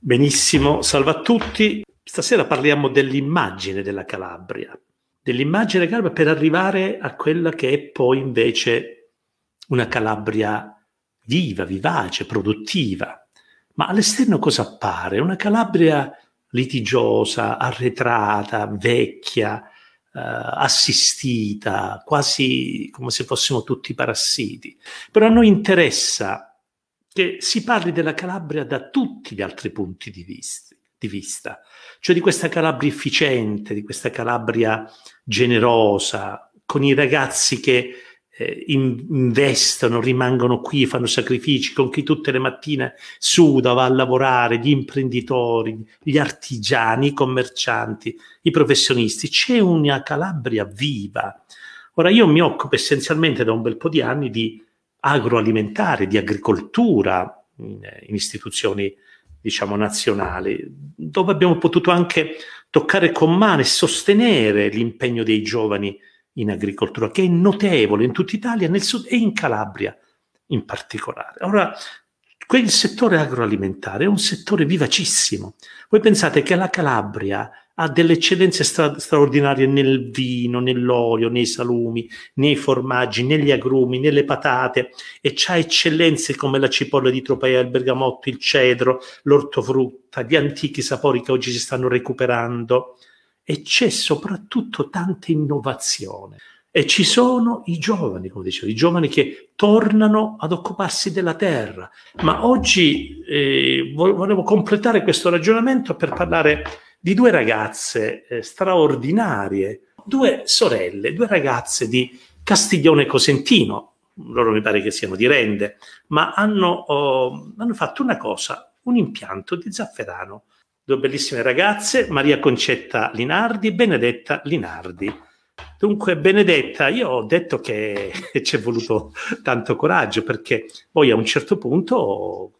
Benissimo, salve a tutti. Stasera parliamo dell'immagine della Calabria, per arrivare a quella che è poi invece una Calabria viva, vivace, produttiva. Ma all'esterno cosa appare? Una Calabria litigiosa, arretrata, vecchia, assistita, quasi come se fossimo tutti parassiti. Però a noi interessa che si parli della Calabria da tutti gli altri punti di vista, cioè di questa Calabria efficiente, di questa Calabria generosa, con i ragazzi che investono, rimangono qui, fanno sacrifici, con chi tutte le mattine suda, va a lavorare, gli imprenditori, gli artigiani, i commercianti, i professionisti. C'è una Calabria viva. Ora, io mi occupo essenzialmente da un bel po' di anni di agroalimentare, di agricoltura in istituzioni, diciamo, nazionali, dove abbiamo potuto anche toccare con mano e sostenere l'impegno dei giovani in agricoltura, che è notevole in tutta Italia, nel sud e in Calabria in particolare. Ora, quel settore agroalimentare è un settore vivacissimo. Voi pensate che la Calabria ha delle eccellenze straordinarie nel vino, nell'olio, nei salumi, nei formaggi, negli agrumi, nelle patate, e c'ha eccellenze come la cipolla di Tropea, il bergamotto, il cedro, l'ortofrutta, gli antichi sapori che oggi si stanno recuperando, e c'è soprattutto tanta innovazione. E ci sono i giovani, come dicevo, i giovani che tornano ad occuparsi della terra. Ma oggi volevo completare questo ragionamento per parlare di due ragazze straordinarie, due sorelle, due ragazze di Castiglione Cosentino, loro mi pare che siano di Rende, ma hanno fatto una cosa, un impianto di zafferano. Due bellissime ragazze, Maria Concetta Linardi e Benedetta Linardi. Dunque, Benedetta, io ho detto che ci è voluto tanto coraggio, perché voi a un certo punto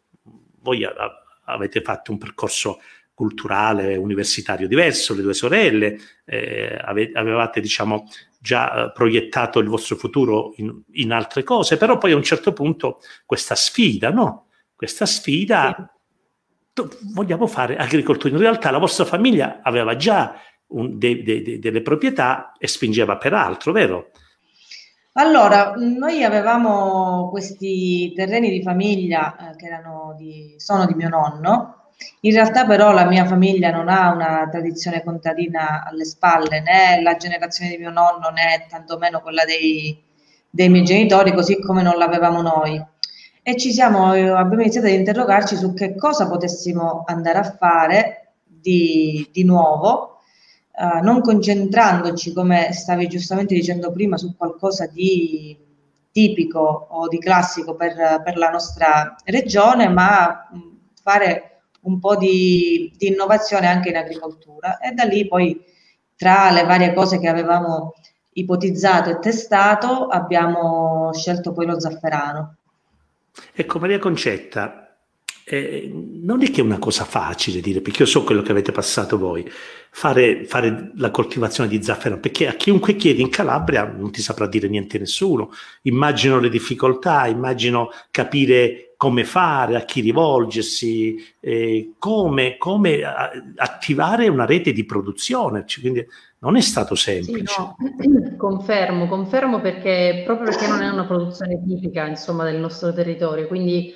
avete fatto un percorso culturale, universitario diverso, le due sorelle, avevate, diciamo, già proiettato il vostro futuro in altre cose, però poi a un certo punto questa sfida, no? Questa sfida, vogliamo fare agricoltura. In realtà la vostra famiglia aveva già delle proprietà e spingeva per altro, vero? Allora, noi avevamo questi terreni di famiglia che sono di mio nonno. In realtà però la mia famiglia non ha una tradizione contadina alle spalle, né la generazione di mio nonno né tantomeno quella dei miei genitori, così come non l'avevamo noi. E abbiamo iniziato ad interrogarci su che cosa potessimo andare a fare di nuovo, non concentrandoci, come stavi giustamente dicendo prima, su qualcosa di tipico o di classico per la nostra regione, ma fare un po' di innovazione anche in agricoltura. E da lì poi, tra le varie cose che avevamo ipotizzato e testato, abbiamo scelto poi lo zafferano. Ecco, Maria Concetta, non è che è una cosa facile dire, perché io so quello che avete passato voi, fare la coltivazione di zafferano, perché a chiunque chiedi in Calabria non ti saprà dire niente nessuno. Immagino le difficoltà, immagino capire come fare, a chi rivolgersi, come attivare una rete di produzione, quindi non è stato semplice. Sì, no, confermo proprio perché non è una produzione tipica, insomma, del nostro territorio, quindi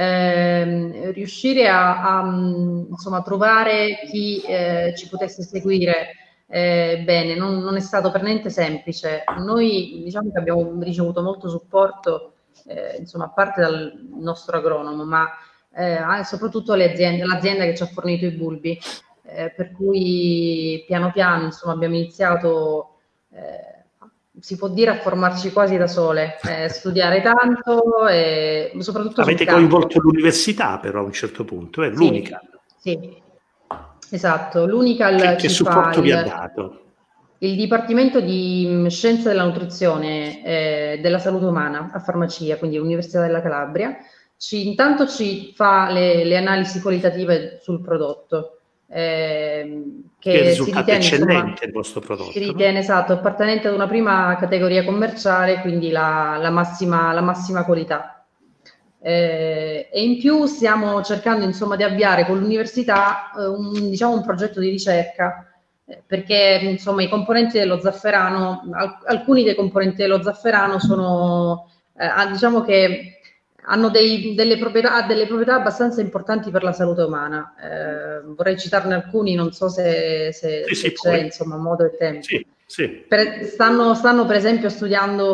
riuscire insomma, trovare chi ci potesse seguire bene non è stato per niente semplice. Noi diciamo che abbiamo ricevuto molto supporto, insomma, a parte dal nostro agronomo, ma soprattutto l'azienda che ci ha fornito i bulbi. Per cui piano piano, insomma, abbiamo iniziato, si può dire, a formarci quasi da sole, studiare tanto e soprattutto avete coinvolto l'università però a un certo punto, è l'unica. Sì, esatto, l'unica che supporto vi ha dato? Il Dipartimento di Scienze della Nutrizione della Salute Umana a Farmacia, quindi l'Università della Calabria, intanto ci fa le analisi qualitative sul prodotto. Che risultato eccellente il vostro prodotto. Si ritiene, no? Esatto, appartenente ad una prima categoria commerciale, quindi la massima qualità. E in più stiamo cercando insomma di avviare con l'università un progetto di ricerca, perché insomma i componenti dello zafferano, alcuni dei componenti dello zafferano sono, diciamo che hanno delle proprietà abbastanza importanti per la salute umana. Vorrei citarne alcuni, non so se c'è insomma modo e tempo. Sì. Stanno per esempio studiando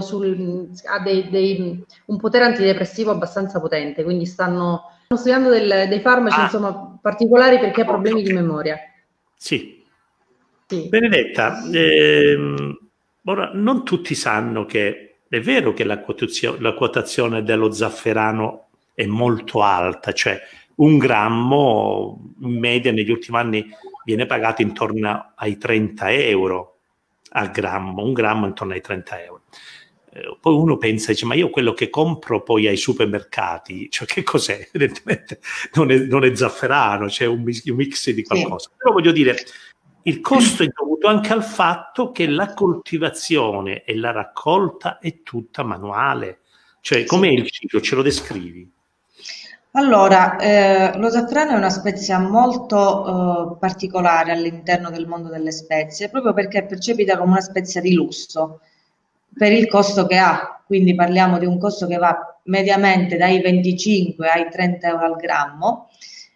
un potere antidepressivo abbastanza potente, quindi stanno studiando dei farmaci insomma particolari per chi ha problemi di memoria. Sì. Benedetta, ora non tutti sanno che è vero che la quotazione dello zafferano è molto alta, cioè 1 grammo in media negli ultimi anni viene pagato intorno ai 30 euro al grammo, 1 grammo intorno ai 30 euro. Poi uno pensa, dice, ma io quello che compro poi ai supermercati, cioè che cos'è? Evidentemente non è zafferano, c'è un mix di qualcosa. Però voglio dire, il costo è dovuto anche al fatto che la coltivazione e la raccolta è tutta manuale. Cioè, com'è il ciclo? Ce lo descrivi? Allora, lo zafferano è una spezia molto particolare all'interno del mondo delle spezie, proprio perché è percepita come una spezia di lusso per il costo che ha. Quindi parliamo di un costo che va mediamente dai 25 ai 30 euro al grammo.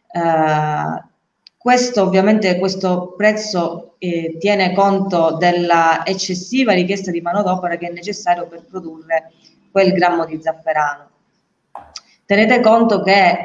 Questo prezzo tiene conto della eccessiva richiesta di manodopera che è necessario per produrre quel grammo di zafferano. Tenete conto che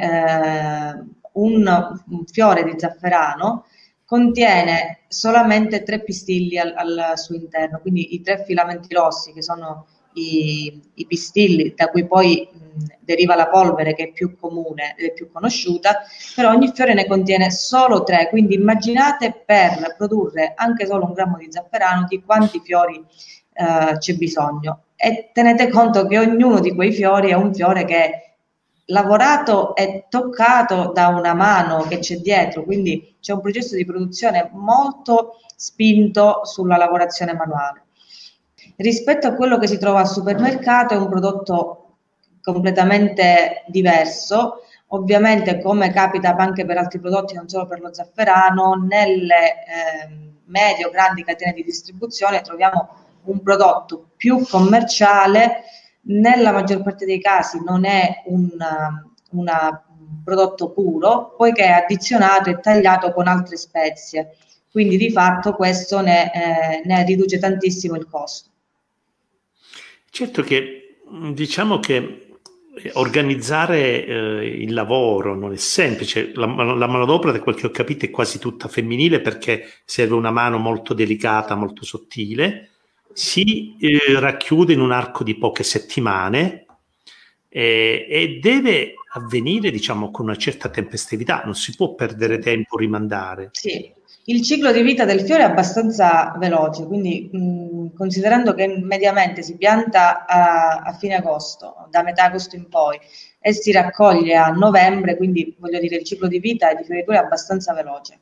un fiore di zafferano contiene solamente 3 pistilli al suo interno, quindi i 3 filamenti rossi che sono i pistilli da cui poi deriva la polvere che è più comune ed è più conosciuta, però ogni fiore ne contiene solo 3, quindi immaginate per produrre anche solo 1 grammo di zafferano di quanti fiori c'è bisogno, e tenete conto che ognuno di quei fiori è un fiore che è lavorato e toccato da una mano che c'è dietro, quindi c'è un processo di produzione molto spinto sulla lavorazione manuale. Rispetto a quello che si trova al supermercato è un prodotto completamente diverso. Ovviamente, come capita anche per altri prodotti, non solo per lo zafferano, nelle medie o grandi catene di distribuzione troviamo un prodotto più commerciale. Nella maggior parte dei casi non è un prodotto puro, poiché è addizionato e tagliato con altre spezie, quindi di fatto questo ne riduce tantissimo il costo. Certo che diciamo che organizzare il lavoro non è semplice. La manodopera, da quel che ho capito, è quasi tutta femminile perché serve una mano molto delicata, molto sottile. Si racchiude in un arco di poche settimane e deve avvenire, diciamo, con una certa tempestività, non si può perdere tempo, rimandare. Sì, il ciclo di vita del fiore è abbastanza veloce, quindi considerando che mediamente si pianta a fine agosto, da metà agosto in poi, e si raccoglie a novembre, quindi voglio dire il ciclo di vita di fioritura è abbastanza veloce.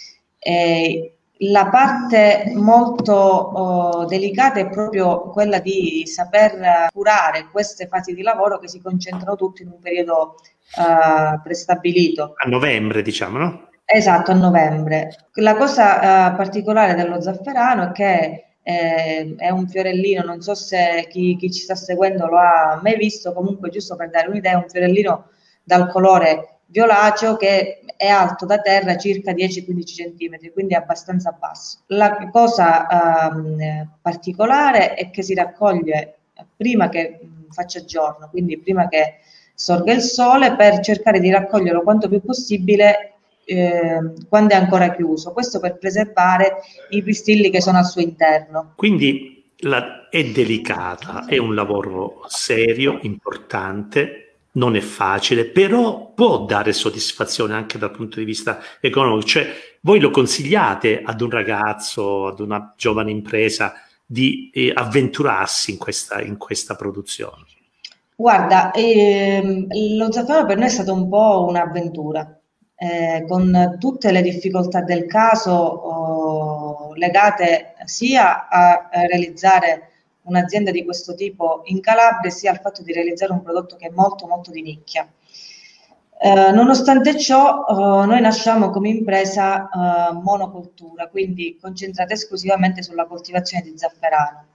La parte molto delicata è proprio quella di saper curare queste fasi di lavoro che si concentrano tutte in un periodo prestabilito. A novembre, diciamo, no? Esatto, a novembre. La cosa particolare dello zafferano è che è un fiorellino, non so se chi ci sta seguendo lo ha mai visto, comunque giusto per dare un'idea, è un fiorellino dal colore violaceo che è alto da terra circa 10-15 cm, quindi è abbastanza basso. La cosa particolare è che si raccoglie prima che faccia giorno, quindi prima che sorga il sole, per cercare di raccoglierlo quanto più possibile quando è ancora chiuso, questo per preservare i pistilli che sono al suo interno. Quindi è delicata, è un lavoro serio, importante, non è facile, però può dare soddisfazione anche dal punto di vista economico. Cioè, voi lo consigliate ad un ragazzo, ad una giovane impresa di avventurarsi in questa produzione? Guarda, lo zafferano per noi è stato un po' un'avventura. Con tutte le difficoltà del caso legate sia a realizzare un'azienda di questo tipo in Calabria, sia il fatto di realizzare un prodotto che è molto molto di nicchia. Nonostante ciò, noi nasciamo come impresa monocoltura, quindi concentrata esclusivamente sulla coltivazione di zafferano.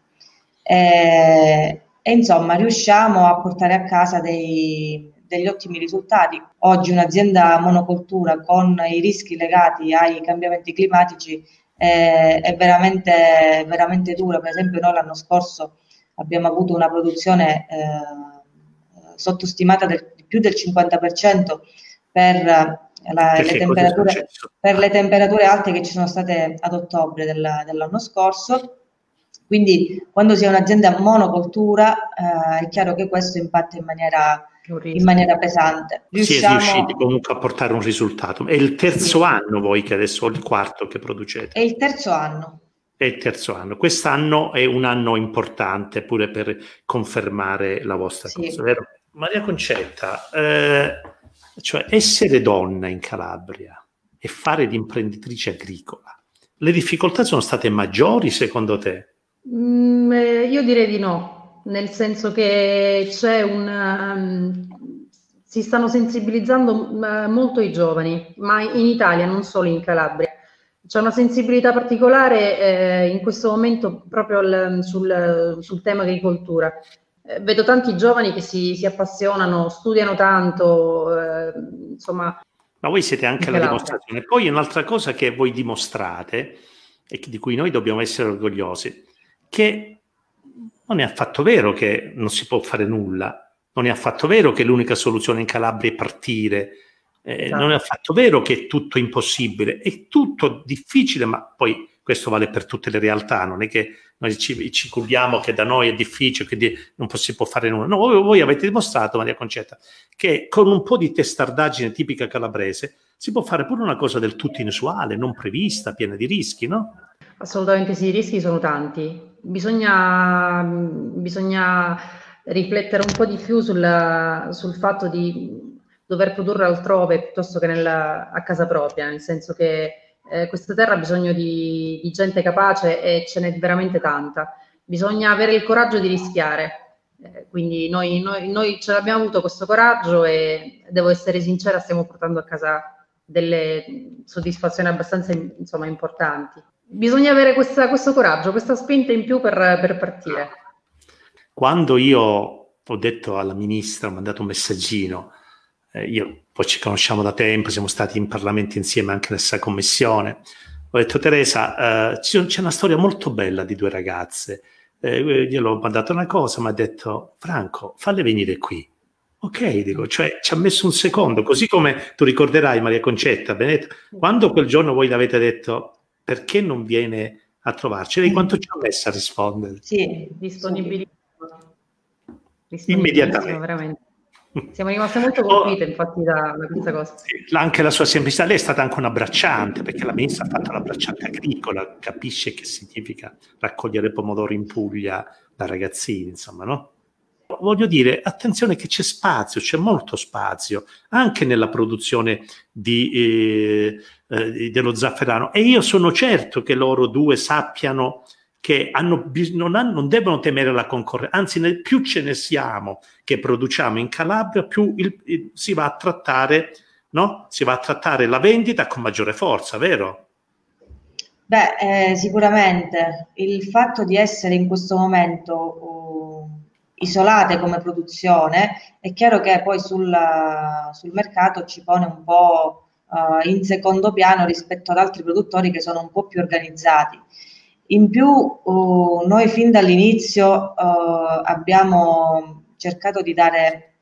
E insomma riusciamo a portare a casa degli ottimi risultati. Oggi un'azienda monocoltura con i rischi legati ai cambiamenti climatici è veramente, veramente dura. Per esempio noi l'anno scorso abbiamo avuto una produzione sottostimata di più del 50% per le temperature alte che ci sono state ad ottobre dell'anno scorso. Quindi quando si è un'azienda monocoltura è chiaro che questo impatta in maniera pesante. Si è riusciti comunque a portare un risultato. È il terzo anno voi che adesso, o il quarto che producete? È il terzo anno. È il terzo anno. Quest'anno è un anno importante pure per confermare la vostra cosa, vero? Maria Concetta, cioè essere donna in Calabria e fare l'imprenditrice agricola, le difficoltà sono state maggiori secondo te? Io direi di no, nel senso che si stanno sensibilizzando molto i giovani, ma in Italia, non solo in Calabria. C'è una sensibilità particolare in questo momento proprio sul tema agricoltura. Vedo tanti giovani che si appassionano, studiano tanto, insomma. Ma voi siete anche la dimostrazione. Poi un'altra cosa che voi dimostrate e di cui noi dobbiamo essere orgogliosi, che non è affatto vero che non si può fare nulla, non è affatto vero che l'unica soluzione in Calabria è partire, non è affatto vero che è tutto impossibile, è tutto difficile, ma poi questo vale per tutte le realtà, non è che noi ci cubiamo che da noi è difficile, quindi non si può fare nulla. No, voi avete dimostrato, Maria Concetta, che con un po' di testardaggine tipica calabrese si può fare pure una cosa del tutto inusuale, non prevista, piena di rischi, no? Assolutamente sì, i rischi sono tanti. Bisogna riflettere un po' di più sul fatto di dover produrre altrove piuttosto che a casa propria, nel senso che questa terra ha bisogno di gente capace e ce n'è veramente tanta. Bisogna avere il coraggio di rischiare. Quindi noi ce l'abbiamo avuto questo coraggio e devo essere sincera, stiamo portando a casa delle soddisfazioni abbastanza importanti. Bisogna avere questo coraggio, questa spinta in più per partire. Quando io ho detto alla ministra, ho mandato un messaggino, poi ci conosciamo da tempo, siamo stati in Parlamento insieme anche nella stessa commissione, ho detto Teresa, c'è una storia molto bella di due ragazze, io l'ho mandato una cosa, mi ha detto Franco, falle venire qui. Ok, dico, cioè ci ha messo un secondo, così come tu ricorderai Maria Concetta, Benedetto, quando quel giorno voi l'avete detto perché non viene a trovarci, lei quanto ci ha messo a rispondere? Sì, disponibilissimo. Immediatamente. Veramente. Siamo rimaste molto colpite infatti da questa cosa. Anche la sua semplicità, lei è stata anche una bracciante, perché la ministra ha fatto la bracciante agricola, capisce che significa raccogliere pomodori in Puglia da ragazzini, insomma, no? Voglio dire, attenzione che c'è spazio, c'è molto spazio, anche nella produzione dello zafferano, e io sono certo che loro due sappiano che non devono temere la concorrenza, anzi più ce ne siamo che produciamo in Calabria, più si va a trattare, no? Si va a trattare la vendita con maggiore forza, vero? Beh, sicuramente il fatto di essere in questo momento isolate come produzione, è chiaro che poi sul mercato ci pone un po' in secondo piano rispetto ad altri produttori che sono un po' più organizzati. In più noi fin dall'inizio abbiamo cercato di dare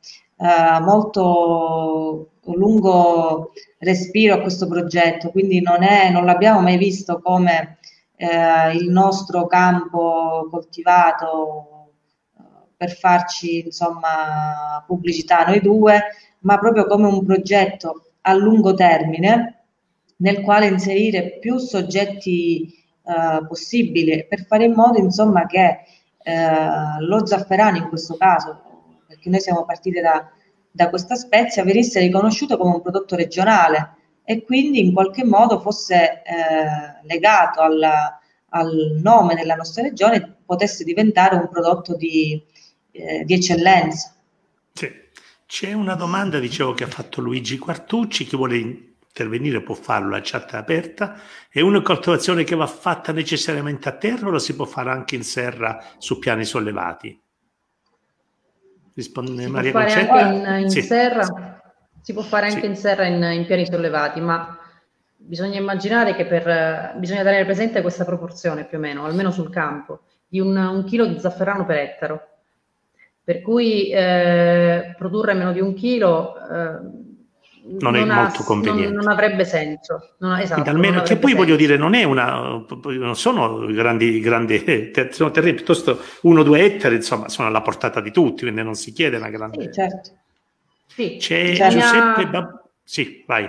molto lungo respiro a questo progetto, quindi non l'abbiamo mai visto come il nostro campo coltivato per farci insomma pubblicità noi due, ma proprio come un progetto a lungo termine nel quale inserire più soggetti possibili per fare in modo insomma che lo zafferano in questo caso, perché noi siamo partiti da questa spezia, venisse riconosciuto come un prodotto regionale e quindi in qualche modo fosse legato al nome della nostra regione potesse diventare un prodotto di eccellenza. Sì. C'è una domanda, dicevo, che ha fatto Luigi Quartucci, chi vuole intervenire può farlo, la chat è aperta. È una coltivazione che va fatta necessariamente a terra o la si può fare anche in serra su piani sollevati? Risponde Si Maria può fare Concetta? anche in Sì. serra, si può fare anche Sì. in serra in piani sollevati, ma bisogna immaginare che bisogna tenere presente questa proporzione più o meno, almeno sul campo, di un chilo di zafferano per ettaro. Per cui produrre meno di 1 chilo Non è molto conveniente. non avrebbe senso. Esatto, Almeno, che poi voglio dire, non sono grandi sono terreni piuttosto 1-2 ettari, insomma, sono alla portata di tutti, quindi non si chiede una grande. Sì, certo. Sì, c'è Giuseppe sì, vai.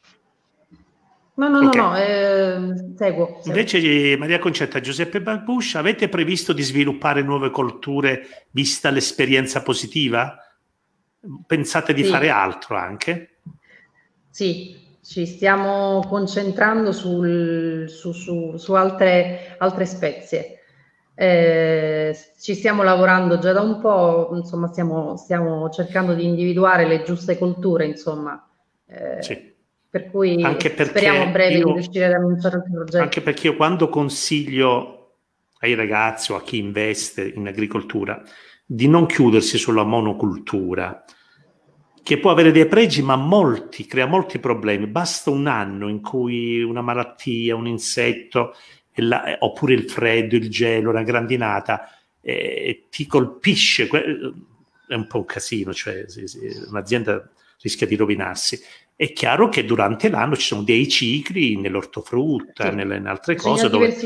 No, seguo. Invece Maria Concetta, Giuseppe Barbuscia, avete previsto di sviluppare nuove colture vista l'esperienza positiva? Pensate di fare altro anche? Sì, ci stiamo concentrando su altre spezie. Ci stiamo lavorando già da un po', insomma, stiamo cercando di individuare le giuste colture, insomma. Sì. Per cui anche speriamo a breve di riuscire ad annunciare il progetto. Anche perché io quando consiglio ai ragazzi o a chi investe in agricoltura di non chiudersi sulla monocultura, che può avere dei pregi ma crea molti problemi. Basta un anno in cui una malattia, un insetto, oppure il freddo, il gelo, una grandinata ti colpisce, è un po' un casino, cioè un'azienda rischia di rovinarsi. È chiaro che durante l'anno ci sono dei cicli nell'ortofrutta, in altre cose.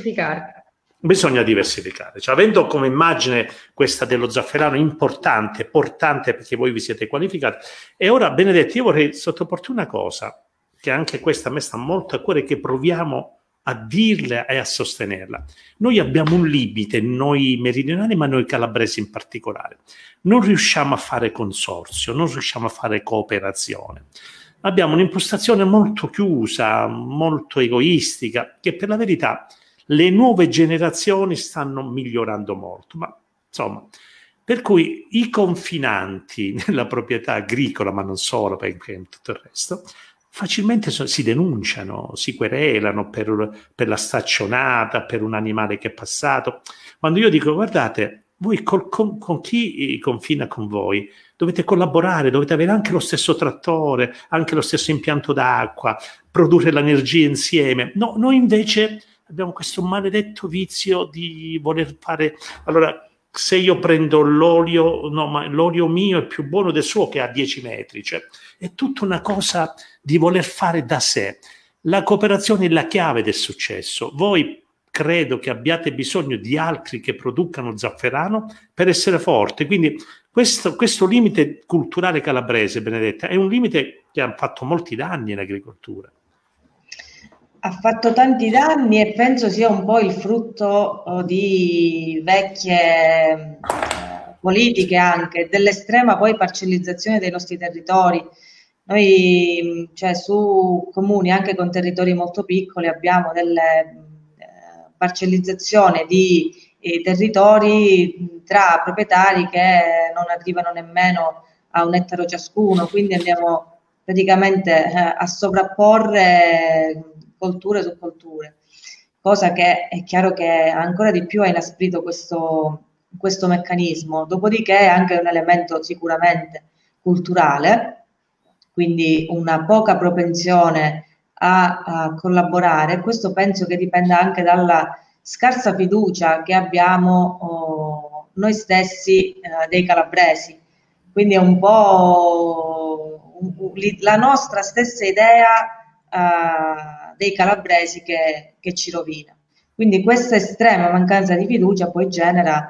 Bisogna diversificare. Cioè, avendo come immagine questa dello zafferano importante, portante, perché voi vi siete qualificati. E ora, Benedetta, io vorrei sottoporti una cosa, che anche questa a me sta molto a cuore, che proviamo a dirla e a sostenerla. Noi abbiamo un limite, noi meridionali, ma noi calabresi in particolare. Non riusciamo a fare consorzio, non riusciamo a fare cooperazione. Abbiamo un'impostazione molto chiusa, molto egoistica, che per la verità le nuove generazioni stanno migliorando molto, ma insomma, per cui i confinanti nella proprietà agricola, ma non solo, perché in tutto il resto, facilmente si denunciano, si querelano per la staccionata, per un animale che è passato. Quando io dico, guardate, voi con chi confina con voi dovete collaborare, dovete avere anche lo stesso trattore, anche lo stesso impianto d'acqua, produrre l'energia insieme. No, noi invece abbiamo questo maledetto vizio di voler fare. Allora, se io prendo l'olio, no, ma l'olio mio è più buono del suo che ha 10 metri, cioè è tutta una cosa di voler fare da sé. La cooperazione è la chiave del successo. Voi credo che abbiate bisogno di altri che producano zafferano per essere forti. Quindi questo limite culturale calabrese, Benedetta, è un limite che ha fatto molti danni in agricoltura. Ha fatto tanti danni e penso sia un po' il frutto di vecchie politiche anche, dell'estrema poi parcellizzazione dei nostri territori. Noi, cioè, su comuni anche con territori molto piccoli abbiamo delle parcellizzazione di territori tra proprietari che non arrivano nemmeno a 1 ettaro ciascuno, quindi andiamo praticamente a sovrapporre colture su colture, cosa che è chiaro che ancora di più ha inasprito questo meccanismo. Dopodiché è anche un elemento sicuramente culturale, quindi una poca propensione a collaborare. Questo penso che dipenda anche dalla scarsa fiducia che abbiamo noi stessi dei calabresi. Quindi è un po' la nostra stessa idea dei calabresi che ci rovina. Quindi questa estrema mancanza di fiducia poi genera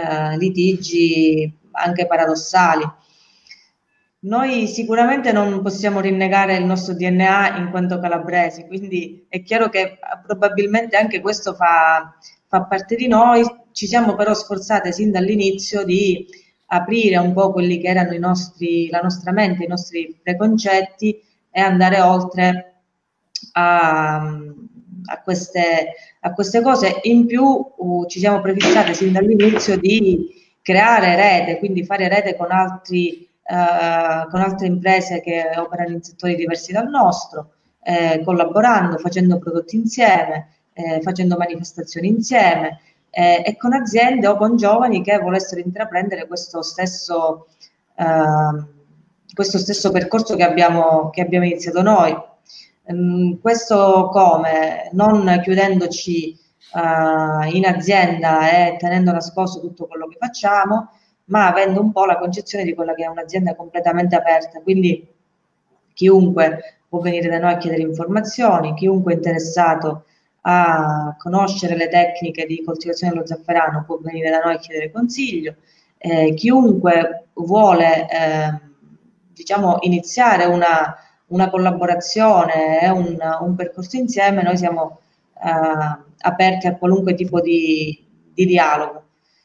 litigi anche paradossali. Noi sicuramente non possiamo rinnegare il nostro DNA in quanto calabresi, quindi è chiaro che probabilmente anche questo fa parte di noi. Ci siamo però sforzate sin dall'inizio di aprire un po' quelli che erano la nostra mente, i nostri preconcetti e andare oltre a a queste cose. In più ci siamo prefissati sin dall'inizio di creare rete, quindi fare rete con altre imprese che operano in settori diversi dal nostro, collaborando, facendo prodotti insieme, facendo manifestazioni insieme, e con aziende o con giovani che volessero intraprendere questo stesso percorso che abbiamo iniziato noi. Questo come? Non chiudendoci in azienda e tenendo nascosto tutto quello che facciamo, ma avendo un po' la concezione di quella che è un'azienda completamente aperta, quindi chiunque può venire da noi a chiedere informazioni, chiunque è interessato a conoscere le tecniche di coltivazione dello zafferano può venire da noi a chiedere consiglio, chiunque vuole diciamo iniziare una collaborazione e un percorso insieme, noi siamo aperti a qualunque tipo di dialogo.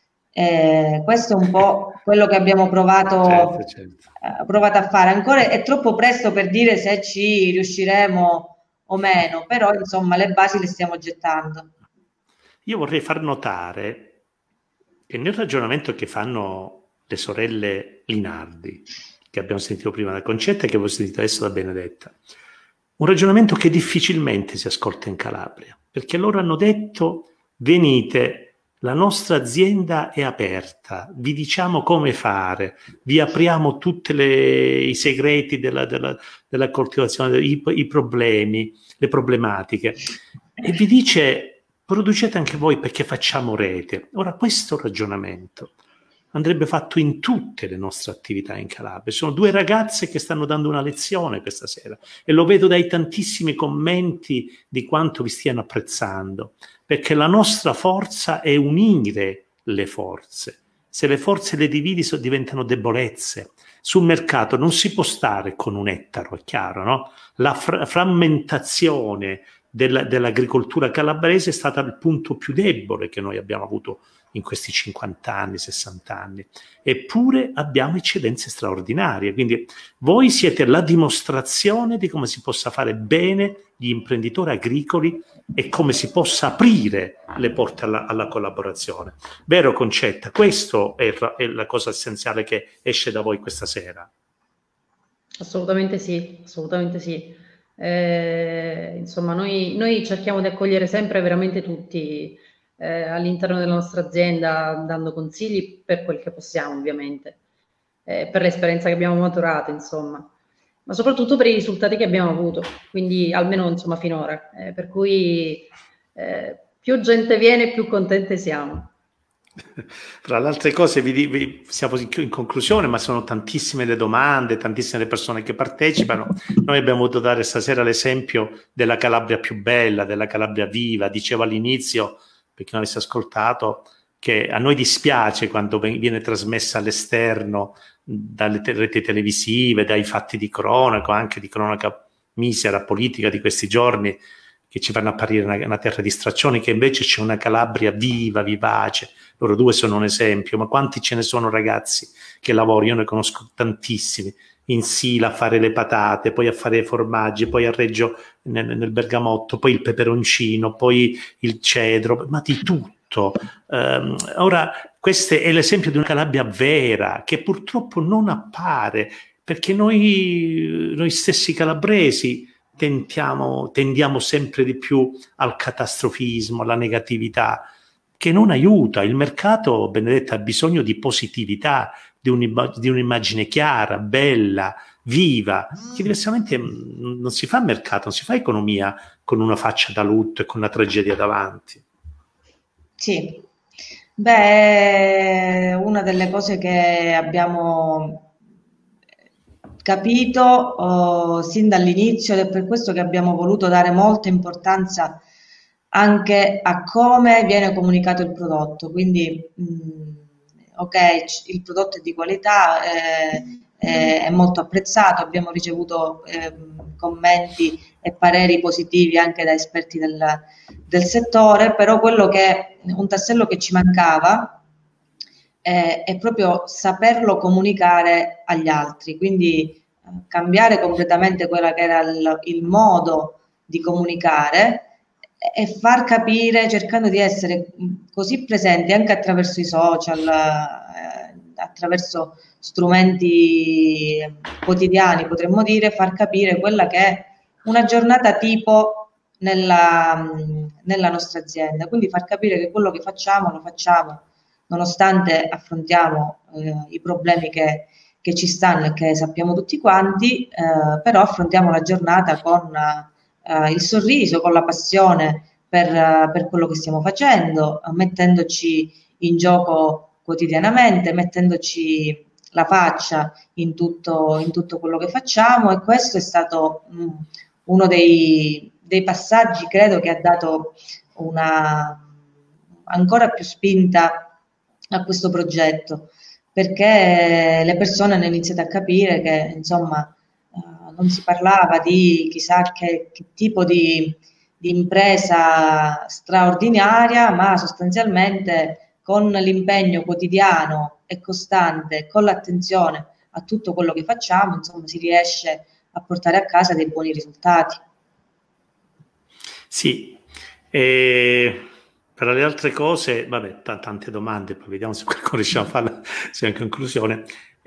Questo è un po' quello che abbiamo provato a fare. Ancora è troppo presto per dire se ci riusciremo o meno, però insomma le basi le stiamo gettando. Io vorrei far notare che nel ragionamento che fanno le sorelle Linardi, che abbiamo sentito prima da Concetta e che abbiamo sentito adesso da Benedetta, un ragionamento che difficilmente si ascolta in Calabria, perché loro hanno detto: venite, la nostra azienda è aperta, vi diciamo come fare, vi apriamo tutti i segreti della coltivazione, i problemi, le problematiche, e vi dice: producete anche voi perché facciamo rete. Ora, questo ragionamento andrebbe fatto in tutte le nostre attività in Calabria. Sono due ragazze che stanno dando una lezione questa sera e lo vedo dai tantissimi commenti di quanto vi stiano apprezzando, perché la nostra forza è unire le forze. Se le forze le dividi diventano debolezze. Sul mercato non si può stare con un ettaro, è chiaro, no? La frammentazione dell'agricoltura calabrese è stata il punto più debole che noi abbiamo avuto in questi 50 anni, 60 anni, eppure abbiamo eccedenze straordinarie. Quindi voi siete la dimostrazione di come si possa fare bene gli imprenditori agricoli e come si possa aprire le porte alla collaborazione. Vero Concetta? Questo è la cosa essenziale che esce da voi questa sera. Assolutamente sì, assolutamente sì. Insomma, noi cerchiamo di accogliere sempre veramente tutti all'interno della nostra azienda, dando consigli per quel che possiamo, ovviamente, per l'esperienza che abbiamo maturato, insomma, ma soprattutto per i risultati che abbiamo avuto, quindi almeno insomma finora, per cui più gente viene, più contente siamo. Fra le altre cose siamo in conclusione, ma sono tantissime le domande, tantissime le persone che partecipano. Noi abbiamo voluto dare stasera l'esempio della Calabria più bella, della Calabria viva. Dicevo all'inizio, per chi non avesse ascoltato, che a noi dispiace quando viene trasmessa all'esterno dalle reti televisive, dai fatti di cronaca, anche di cronaca misera politica di questi giorni, che ci fanno apparire una terra di straccioni, che invece c'è una Calabria viva, vivace. Loro due sono un esempio, ma quanti ce ne sono ragazzi che lavorano? Io ne conosco tantissimi, in Sila a fare le patate, poi a fare i formaggi, poi a Reggio nel bergamotto, poi il peperoncino, poi il cedro, ma di tutto. Ora, questo è l'esempio di una Calabria vera, che purtroppo non appare, perché noi stessi calabresi tendiamo sempre di più al catastrofismo, alla negatività, che non aiuta. Il mercato, Benedetta, ha bisogno di positività, di un'immagine chiara, bella, viva, che diversamente non si fa mercato, non si fa economia con una faccia da lutto e con una tragedia davanti. Sì, beh, una delle cose che abbiamo capito sin dall'inizio, ed è per questo che abbiamo voluto dare molta importanza anche a come viene comunicato il prodotto. Quindi ok, il prodotto è di qualità, è molto apprezzato, abbiamo ricevuto commenti e pareri positivi anche da esperti del settore, però un tassello che ci mancava è proprio saperlo comunicare agli altri, quindi cambiare completamente quello che era il modo di comunicare, e far capire, cercando di essere così presenti anche attraverso i social, attraverso strumenti quotidiani, potremmo dire, far capire quella che è una giornata tipo nella nostra azienda, quindi far capire che quello che facciamo lo facciamo nonostante affrontiamo i problemi che ci stanno e che sappiamo tutti quanti, però affrontiamo la giornata con il sorriso, con la passione per quello che stiamo facendo, mettendoci in gioco quotidianamente, mettendoci la faccia in tutto quello che facciamo, e questo è stato uno dei passaggi, credo, che ha dato una ancora più spinta a questo progetto, perché le persone hanno iniziato a capire che insomma non si parlava di chissà che tipo di impresa straordinaria, ma sostanzialmente con l'impegno quotidiano e costante, con l'attenzione a tutto quello che facciamo, insomma, si riesce a portare a casa dei buoni risultati. Sì, per le altre cose, vabbè, tante domande, poi vediamo se riusciamo a farla in conclusione.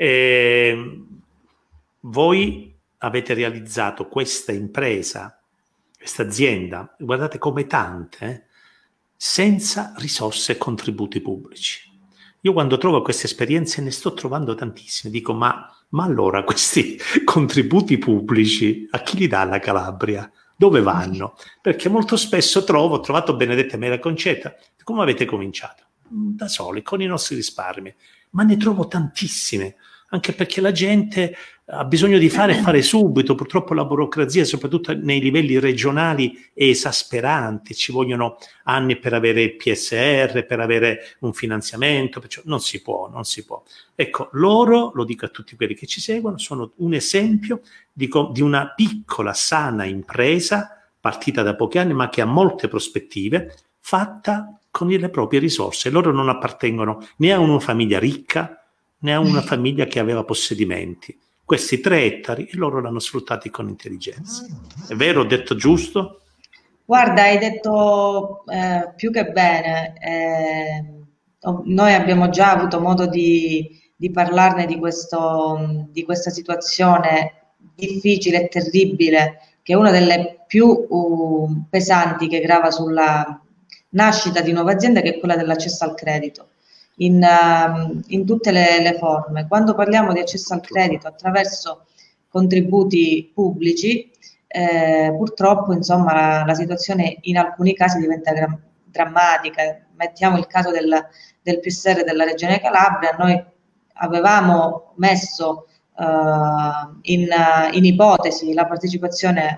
Voi avete realizzato questa impresa, questa azienda, guardate come tante, senza risorse e contributi pubblici. Io quando trovo queste esperienze, ne sto trovando tantissime, dico ma allora questi contributi pubblici a chi li dà la Calabria? Dove vanno? Perché molto spesso ho trovato Benedetta Mera Concetta, come avete cominciato? Da soli, con i nostri risparmi, ma ne trovo tantissime, anche perché la gente ha bisogno di fare subito. Purtroppo la burocrazia, soprattutto nei livelli regionali, è esasperante, ci vogliono anni per avere il PSR, per avere un finanziamento, perciò non si può. Ecco, loro, lo dico a tutti quelli che ci seguono, sono un esempio di una piccola, sana impresa, partita da pochi anni, ma che ha molte prospettive, fatta con le proprie risorse. Loro non appartengono né a una famiglia ricca, né a una famiglia che aveva possedimenti. Questi 3 ettari loro l'hanno sfruttati con intelligenza. È vero, ho detto giusto? Guarda, hai detto più che bene. Noi abbiamo già avuto modo di parlarne di questa situazione difficile e terribile, che è una delle più pesanti che grava sulla nascita di nuove aziende, che è quella dell'accesso al credito. In tutte le forme. Quando parliamo di accesso al credito attraverso contributi pubblici, purtroppo insomma la situazione in alcuni casi diventa drammatica. Mettiamo il caso del PSR della Regione Calabria. Noi avevamo messo in ipotesi la partecipazione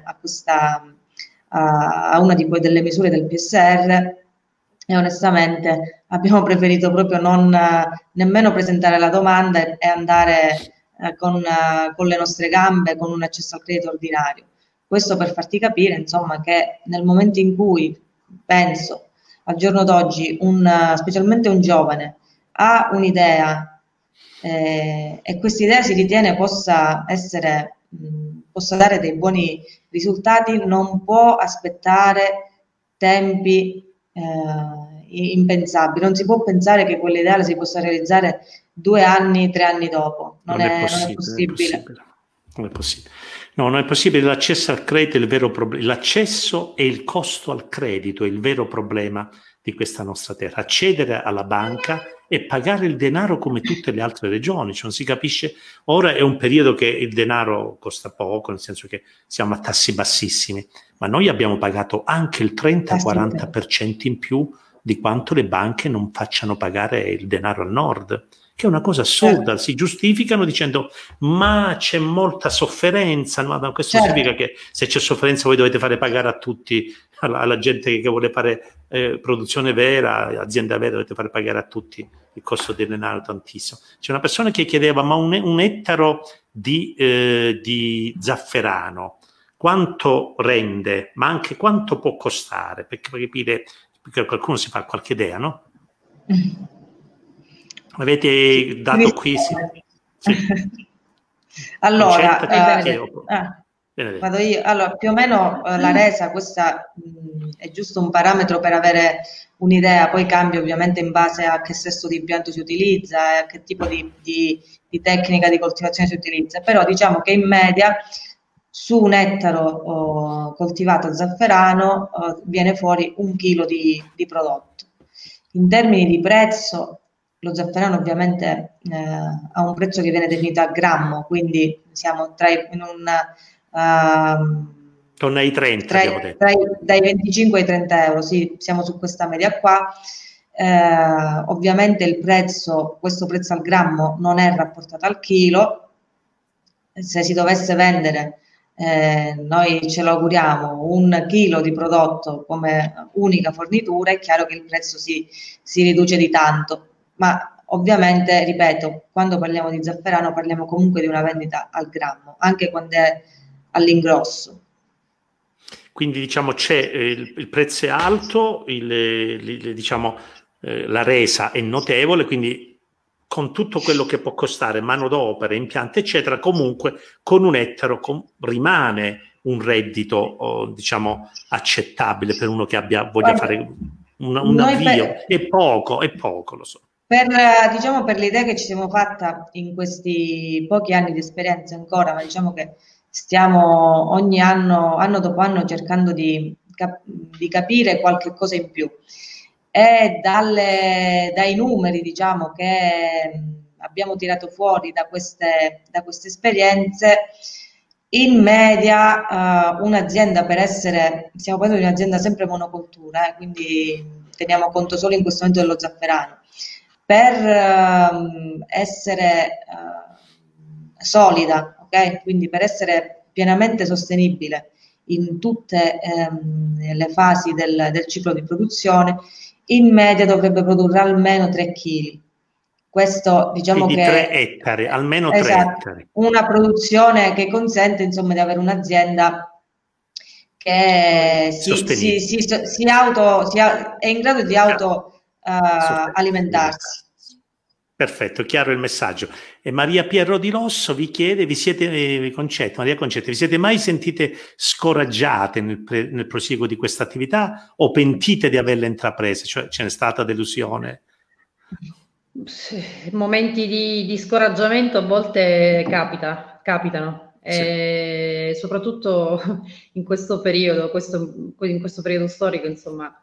a una delle misure del PSR, e onestamente abbiamo preferito proprio non nemmeno presentare la domanda e andare con le nostre gambe con un accesso al credito ordinario. Questo per farti capire, insomma, che nel momento in cui, penso, al giorno d'oggi, specialmente un giovane ha un'idea e questa idea si ritiene possa dare dei buoni risultati, non può aspettare tempi impensabili. Non si può pensare che quell'ideale si possa realizzare 2 anni, 3 anni dopo. Non è possibile. Non è possibile. No, non è possibile. L'accesso al credito è il vero problema. L'accesso e il costo al credito è il vero problema di questa nostra terra. Accedere alla banca e pagare il denaro come tutte le altre regioni. Cioè, non si capisce. Ora è un periodo che il denaro costa poco, nel senso che siamo a tassi bassissimi, ma noi abbiamo pagato anche il 30-40% in più di quanto le banche non facciano pagare il denaro al nord, che è una cosa assurda. Si giustificano dicendo ma c'è molta sofferenza, ma questo significa che se c'è sofferenza voi dovete fare pagare a tutti, alla gente che vuole fare produzione vera, azienda vera, dovete fare pagare a tutti il costo del denaro tantissimo. C'è una persona che chiedeva ma un ettaro di zafferano quanto rende, ma anche quanto può costare, perché capire, perché qualcuno si fa qualche idea, no? Avete dato qui? Sì. Allora, vado io. Allora, più o meno la resa, questa è giusto un parametro per avere un'idea, poi cambia ovviamente in base a che sesso di impianto si utilizza e a che tipo di tecnica di coltivazione si utilizza, però diciamo che in media su un ettaro coltivato a zafferano viene fuori 1 chilo di prodotto. In termini di prezzo, lo zafferano ovviamente ha un prezzo che viene definito a grammo, quindi siamo torna ai 30, dai 25 ai 30 euro, sì, siamo su questa media qua. Ovviamente questo prezzo al grammo non è rapportato al chilo. Se si dovesse vendere, noi ce lo auguriamo, 1 chilo di prodotto come unica fornitura, è chiaro che il prezzo si riduce di tanto, ma ovviamente, ripeto, quando parliamo di zafferano parliamo comunque di una vendita al grammo, anche quando è all'ingrosso. Quindi diciamo c'è il prezzo è alto, diciamo, la resa è notevole, quindi con tutto quello che può costare manodopera, impianti eccetera, comunque con un ettaro rimane un reddito diciamo accettabile per uno che voglia fare un avvio. È poco, lo so. Diciamo, per l'idea che ci siamo fatta in questi pochi anni di esperienza ancora, ma diciamo che stiamo ogni anno dopo anno, cercando di capire qualche cosa in più. E dai numeri, diciamo, che abbiamo tirato fuori da queste esperienze, in media un'azienda, stiamo parlando di un'azienda sempre monocoltura, quindi teniamo conto solo in questo momento dello zafferano, per essere solida, ok? Quindi per essere pienamente sostenibile in tutte le fasi del ciclo di produzione, in media dovrebbe produrre almeno 3 kg. Questo diciamo quindi che 3 ettari, almeno 3 ettari. Una produzione che consente insomma di avere un'azienda che è in grado di alimentarsi. Perfetto, chiaro il messaggio. E Maria Pierro di Rosso vi chiede, Maria Concetta, vi siete mai sentite scoraggiate nel prosieguo di questa attività o pentite di averla intrapresa? Cioè ce n'è stata delusione? Sì, momenti di scoraggiamento a volte capitano. Sì. Soprattutto in questo periodo, in questo periodo storico, insomma,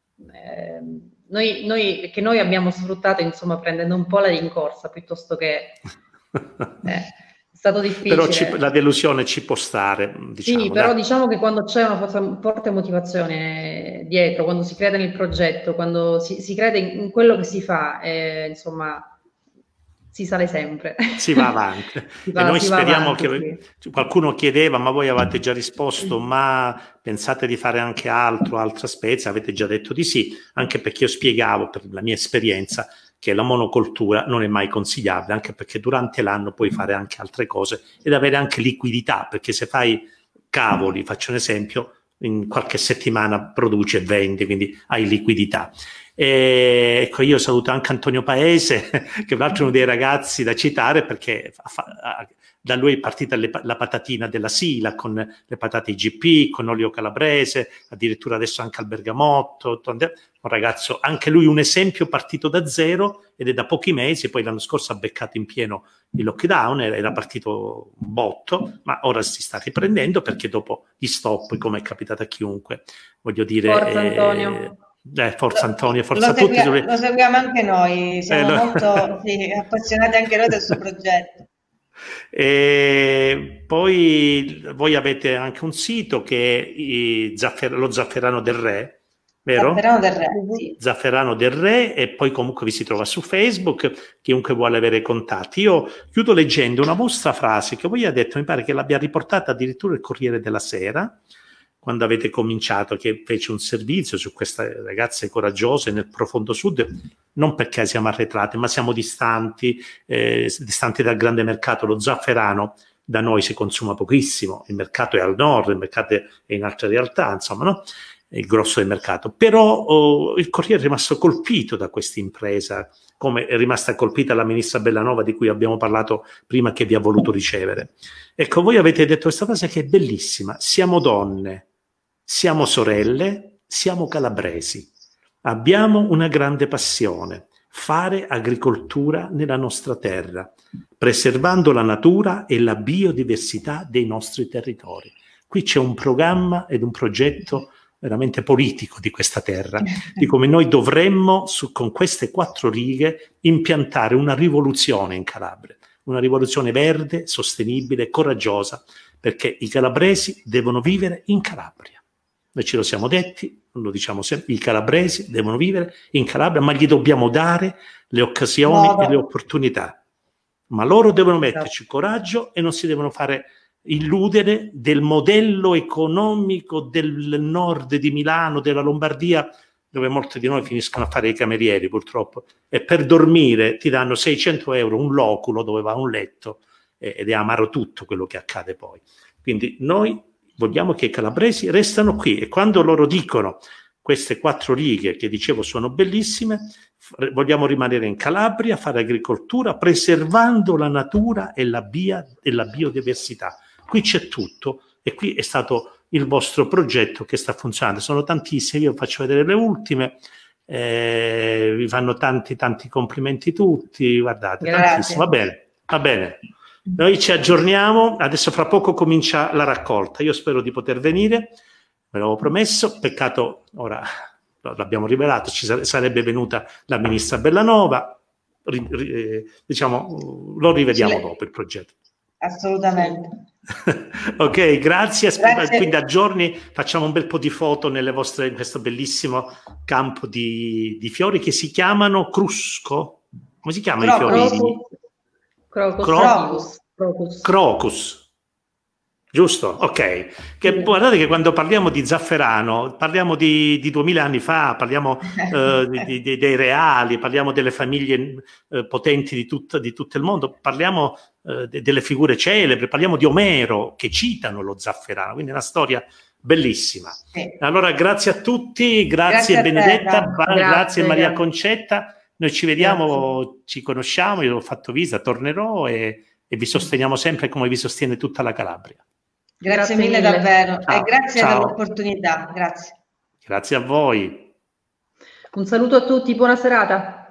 noi abbiamo sfruttato, insomma, prendendo un po' la rincorsa piuttosto che è stato difficile. Però la delusione ci può stare, diciamo. Sì, però diciamo che quando c'è una forte motivazione dietro, quando si crede nel progetto, quando si crede in quello che si fa, insomma, si sale sempre. Si va avanti. E noi speriamo che sì. Qualcuno chiedeva, ma voi avete già risposto, ma pensate di fare anche altra specie? Avete già detto di sì, anche perché io spiegavo per la mia esperienza che la monocoltura non è mai consigliabile, anche perché durante l'anno puoi fare anche altre cose ed avere anche liquidità, perché se fai cavoli, faccio un esempio, in qualche settimana produci e vendi, quindi hai liquidità. Ecco, io saluto anche Antonio Paese, che è un altro dei ragazzi da citare, perché da lui è partita la patatina della Sila, con le patate IGP, con olio calabrese, addirittura adesso anche al bergamotto, un ragazzo, anche lui un esempio, partito da zero, ed è da pochi mesi, poi l'anno scorso ha beccato in pieno il lockdown, era partito un botto, ma ora si sta riprendendo perché dopo gli stop, come è capitato a chiunque, voglio dire... Forza Antonio. Forza Antonio, forza a tutti. Lo seguiamo anche noi, siamo molto appassionati anche noi del suo progetto. E poi voi avete anche un sito che è lo Zafferano del Re, vero? Zafferano del Re, sì. Zafferano del Re, e poi comunque vi si trova su Facebook, chiunque vuole avere contatti. Io chiudo leggendo una vostra frase che voi avete detto, mi pare che l'abbia riportata addirittura il Corriere della Sera, quando avete cominciato, che fece un servizio su queste ragazze coraggiose nel profondo sud, non perché siamo arretrati, ma siamo distanti dal grande mercato. Lo zafferano da noi si consuma pochissimo, il mercato è al nord, il mercato è in altre realtà, insomma, no? È il grosso del mercato. Però il Corriere è rimasto colpito da questa impresa, come è rimasta colpita la ministra Bellanova, di cui abbiamo parlato prima, che vi ha voluto ricevere. Ecco, voi avete detto questa frase che è bellissima: siamo donne, siamo sorelle, siamo calabresi, abbiamo una grande passione: fare agricoltura nella nostra terra, preservando la natura e la biodiversità dei nostri territori. Qui c'è un programma ed un progetto veramente politico di questa terra, di come noi dovremmo, con queste 4 righe, impiantare una rivoluzione in Calabria, una rivoluzione verde, sostenibile, coraggiosa, perché i calabresi devono vivere in Calabria. Noi ce lo siamo detti, lo diciamo sempre, i calabresi devono vivere in Calabria, ma gli dobbiamo dare le occasioni e le opportunità. Ma loro devono metterci coraggio e non si devono fare illudere del modello economico del nord di Milano, della Lombardia, dove molti di noi finiscono a fare i camerieri purtroppo, e per dormire ti danno 600 euro un loculo dove va un letto, ed è amaro tutto quello che accade poi. Quindi noi vogliamo che i calabresi restano qui, e quando loro dicono queste 4 righe che dicevo sono bellissime, vogliamo rimanere in Calabria, fare agricoltura preservando la natura e la biodiversità. Qui c'è tutto, e qui è stato il vostro progetto che sta funzionando. Sono tantissime, io faccio vedere le ultime, vi fanno tanti complimenti tutti, guardate, tantissimo. Va bene. Noi ci aggiorniamo, adesso fra poco comincia la raccolta, io spero di poter venire, me l'avevo promesso, peccato ora l'abbiamo rivelato, ci sarebbe venuta la ministra Bellanova, diciamo, lo rivediamo dopo il progetto. Assolutamente. Ok, grazie. Quindi a giorni facciamo un bel po' di foto in questo bellissimo campo di fiori che si chiamano crusco. Come si chiamano i fiori? Crocus. Giusto? Ok. Guardate che quando parliamo di zafferano, parliamo di 2000 anni fa, parliamo dei reali, parliamo delle famiglie potenti di tutto il mondo, parliamo delle figure celebri, parliamo di Omero che citano lo zafferano, quindi è una storia bellissima. Sì. Allora grazie a tutti, grazie Benedetta, grazie Maria Concetta, noi ci vediamo, ci conosciamo, io ho fatto visita, tornerò e vi sosteniamo sempre come vi sostiene tutta la Calabria. Grazie mille davvero. Ciao. E grazie dell'opportunità. Grazie. Grazie a voi. Un saluto a tutti, buona serata.